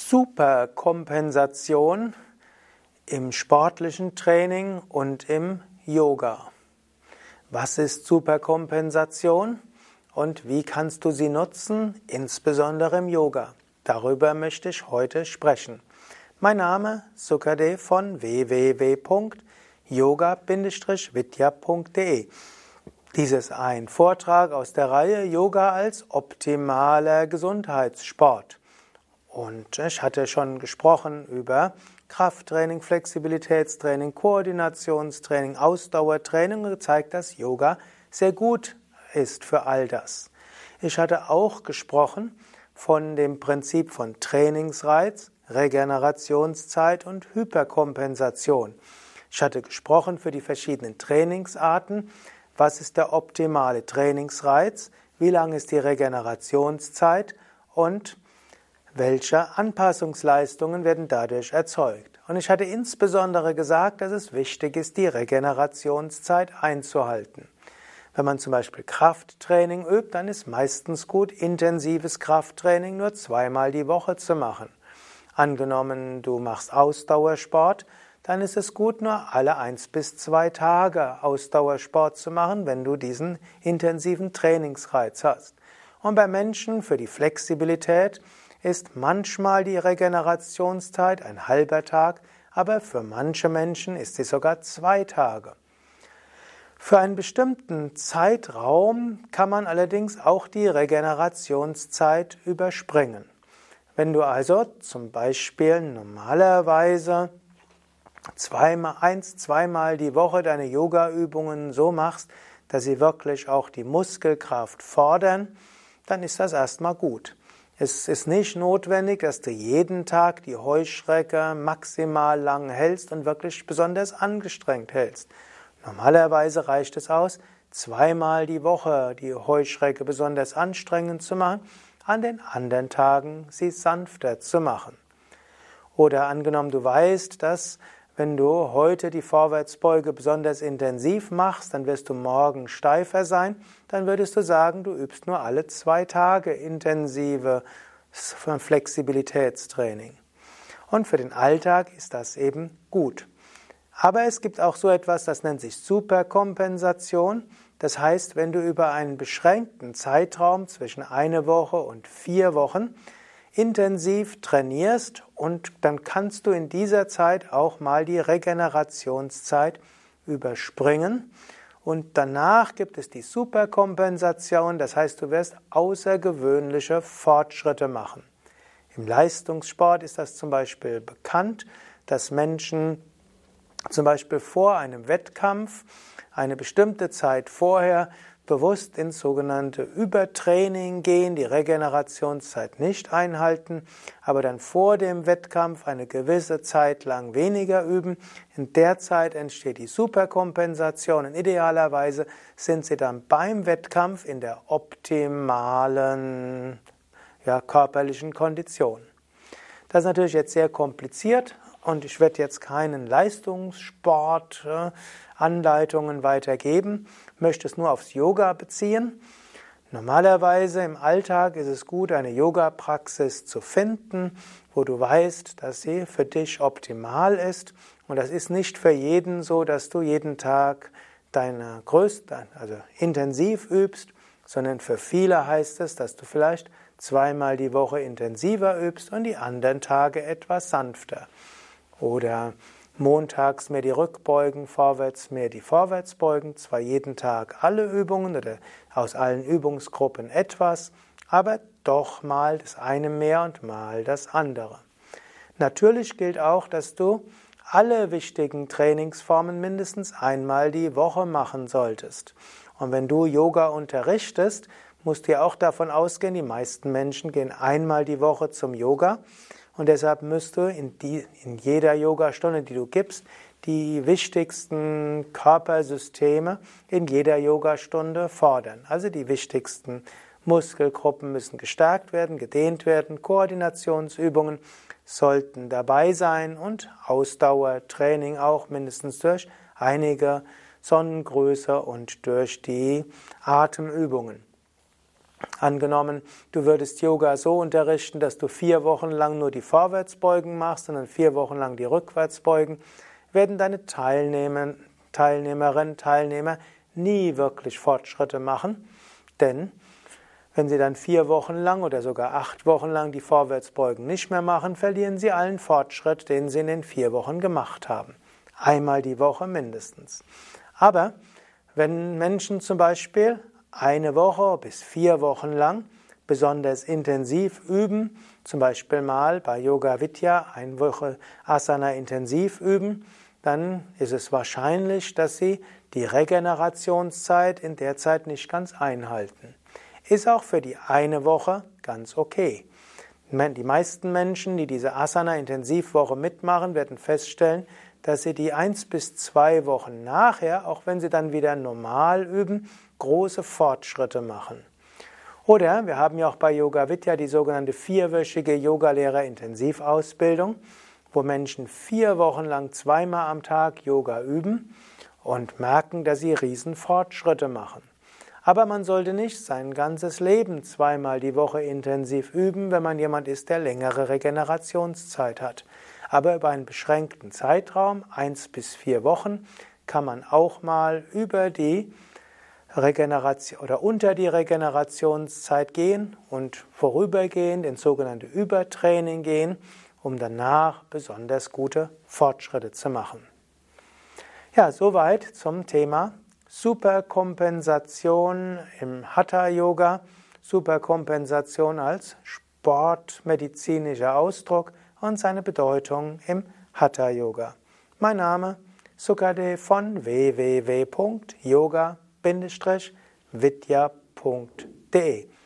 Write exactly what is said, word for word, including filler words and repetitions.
Superkompensation im sportlichen Training und im Yoga. Was ist Superkompensation und wie kannst du sie nutzen, insbesondere im Yoga? Darüber möchte ich heute sprechen. Mein Name ist Sukadev von w w w punkt yoga Bindestrich vidya punkt de. Dies ist ein Vortrag aus der Reihe Yoga als optimaler Gesundheitssport. Und ich hatte schon gesprochen über Krafttraining, Flexibilitätstraining, Koordinationstraining, Ausdauertraining und gezeigt, dass Yoga sehr gut ist für all das. Ich hatte auch gesprochen von dem Prinzip von Trainingsreiz, Regenerationszeit und Hyperkompensation. Ich hatte gesprochen für die verschiedenen Trainingsarten. Was ist der optimale Trainingsreiz? Wie lang ist die Regenerationszeit? Und welche Anpassungsleistungen werden dadurch erzeugt? Und ich hatte insbesondere gesagt, dass es wichtig ist, die Regenerationszeit einzuhalten. Wenn man zum Beispiel Krafttraining übt, dann ist meistens gut, intensives Krafttraining nur zweimal die Woche zu machen. Angenommen, du machst Ausdauersport, dann ist es gut, nur alle eins bis zwei Tage Ausdauersport zu machen, wenn du diesen intensiven Trainingsreiz hast. Und bei Menschen für die Flexibilität ist manchmal die Regenerationszeit ein halber Tag, aber für manche Menschen ist sie sogar zwei Tage. Für einen bestimmten Zeitraum kann man allerdings auch die Regenerationszeit überspringen. Wenn du also zum Beispiel normalerweise zweimal, eins, zweimal die Woche deine Yoga-Übungen so machst, dass sie wirklich auch die Muskelkraft fordern, dann ist das erstmal gut. Es ist nicht notwendig, dass du jeden Tag die Heuschrecke maximal lang hältst und wirklich besonders angestrengt hältst. Normalerweise reicht es aus, zweimal die Woche die Heuschrecke besonders anstrengend zu machen, an den anderen Tagen sie sanfter zu machen. Oder angenommen, du weißt, dass wenn du heute die Vorwärtsbeuge besonders intensiv machst, dann wirst du morgen steifer sein, dann würdest du sagen, du übst nur alle zwei Tage intensive Flexibilitätstraining. Und für den Alltag ist das eben gut. Aber es gibt auch so etwas, das nennt sich Superkompensation. Das heißt, wenn du über einen beschränkten Zeitraum zwischen eine Woche und vier Wochen intensiv trainierst und dann kannst du in dieser Zeit auch mal die Regenerationszeit überspringen. Und danach gibt es die Superkompensation, das heißt, du wirst außergewöhnliche Fortschritte machen. Im Leistungssport ist das zum Beispiel bekannt, dass Menschen zum Beispiel vor einem Wettkampf eine bestimmte Zeit vorher bewusst ins sogenannte Übertraining gehen, die Regenerationszeit nicht einhalten, aber dann vor dem Wettkampf eine gewisse Zeit lang weniger üben. In der Zeit entsteht die Superkompensation und idealerweise sind sie dann beim Wettkampf in der optimalen ja, körperlichen Kondition. Das ist natürlich jetzt sehr kompliziert und ich werde jetzt keinen Leistungssport äh, Anleitungen weitergeben, möchte es nur aufs Yoga beziehen. Normalerweise im Alltag ist es gut, eine Yoga-Praxis zu finden, wo du weißt, dass sie für dich optimal ist. Und das ist nicht für jeden so, dass du jeden Tag deine größte, also intensiv übst, sondern für viele heißt es, dass du vielleicht zweimal die Woche intensiver übst und die anderen Tage etwas sanfter. Oder montags mehr die Rückbeugen, vorwärts mehr die Vorwärtsbeugen, zwar jeden Tag alle Übungen oder aus allen Übungsgruppen etwas, aber doch mal das eine mehr und mal das andere. Natürlich gilt auch, dass du alle wichtigen Trainingsformen mindestens einmal die Woche machen solltest. Und wenn du Yoga unterrichtest, musst du ja auch davon ausgehen, die meisten Menschen gehen einmal die Woche zum Yoga. Und deshalb müsst du in, die, in jeder Yogastunde, die du gibst, die wichtigsten Körpersysteme in jeder Yogastunde fordern. Also die wichtigsten Muskelgruppen müssen gestärkt werden, gedehnt werden, Koordinationsübungen sollten dabei sein und Ausdauertraining auch mindestens durch einige Sonnengrüße und durch die Atemübungen. Angenommen, du würdest Yoga so unterrichten, dass du vier Wochen lang nur die Vorwärtsbeugen machst und dann vier Wochen lang die Rückwärtsbeugen, werden deine Teilnehmer, Teilnehmerinnen, Teilnehmer nie wirklich Fortschritte machen, denn wenn sie dann vier Wochen lang oder sogar acht Wochen lang die Vorwärtsbeugen nicht mehr machen, verlieren sie allen Fortschritt, den sie in den vier Wochen gemacht haben. Einmal die Woche mindestens. Aber wenn Menschen zum Beispiel eine Woche bis vier Wochen lang besonders intensiv üben, zum Beispiel mal bei Yoga Vidya eine Woche Asana intensiv üben, dann ist es wahrscheinlich, dass sie die Regenerationszeit in der Zeit nicht ganz einhalten. Ist auch für die eine Woche ganz okay. Die meisten Menschen, die diese Asana-Intensivwoche mitmachen, werden feststellen, dass sie die eins bis zwei Wochen nachher, auch wenn sie dann wieder normal üben, große Fortschritte machen. Oder wir haben ja auch bei Yoga Vidya die sogenannte vierwöchige Yogalehrer-Intensivausbildung, wo Menschen vier Wochen lang zweimal am Tag Yoga üben und merken, dass sie riesen Fortschritte machen. Aber man sollte nicht sein ganzes Leben zweimal die Woche intensiv üben, wenn man jemand ist, der längere Regenerationszeit hat. Aber über einen beschränkten Zeitraum, eins bis vier Wochen, kann man auch mal über die Regeneration oder unter die Regenerationszeit gehen und vorübergehend ins sogenannte Übertraining gehen, um danach besonders gute Fortschritte zu machen. Ja, soweit zum Thema Superkompensation im Hatha-Yoga, Superkompensation als sportmedizinischer Ausdruck und seine Bedeutung im Hatha-Yoga. Mein Name Sukadev von w w w punkt yoga Bindestrich vidya punkt de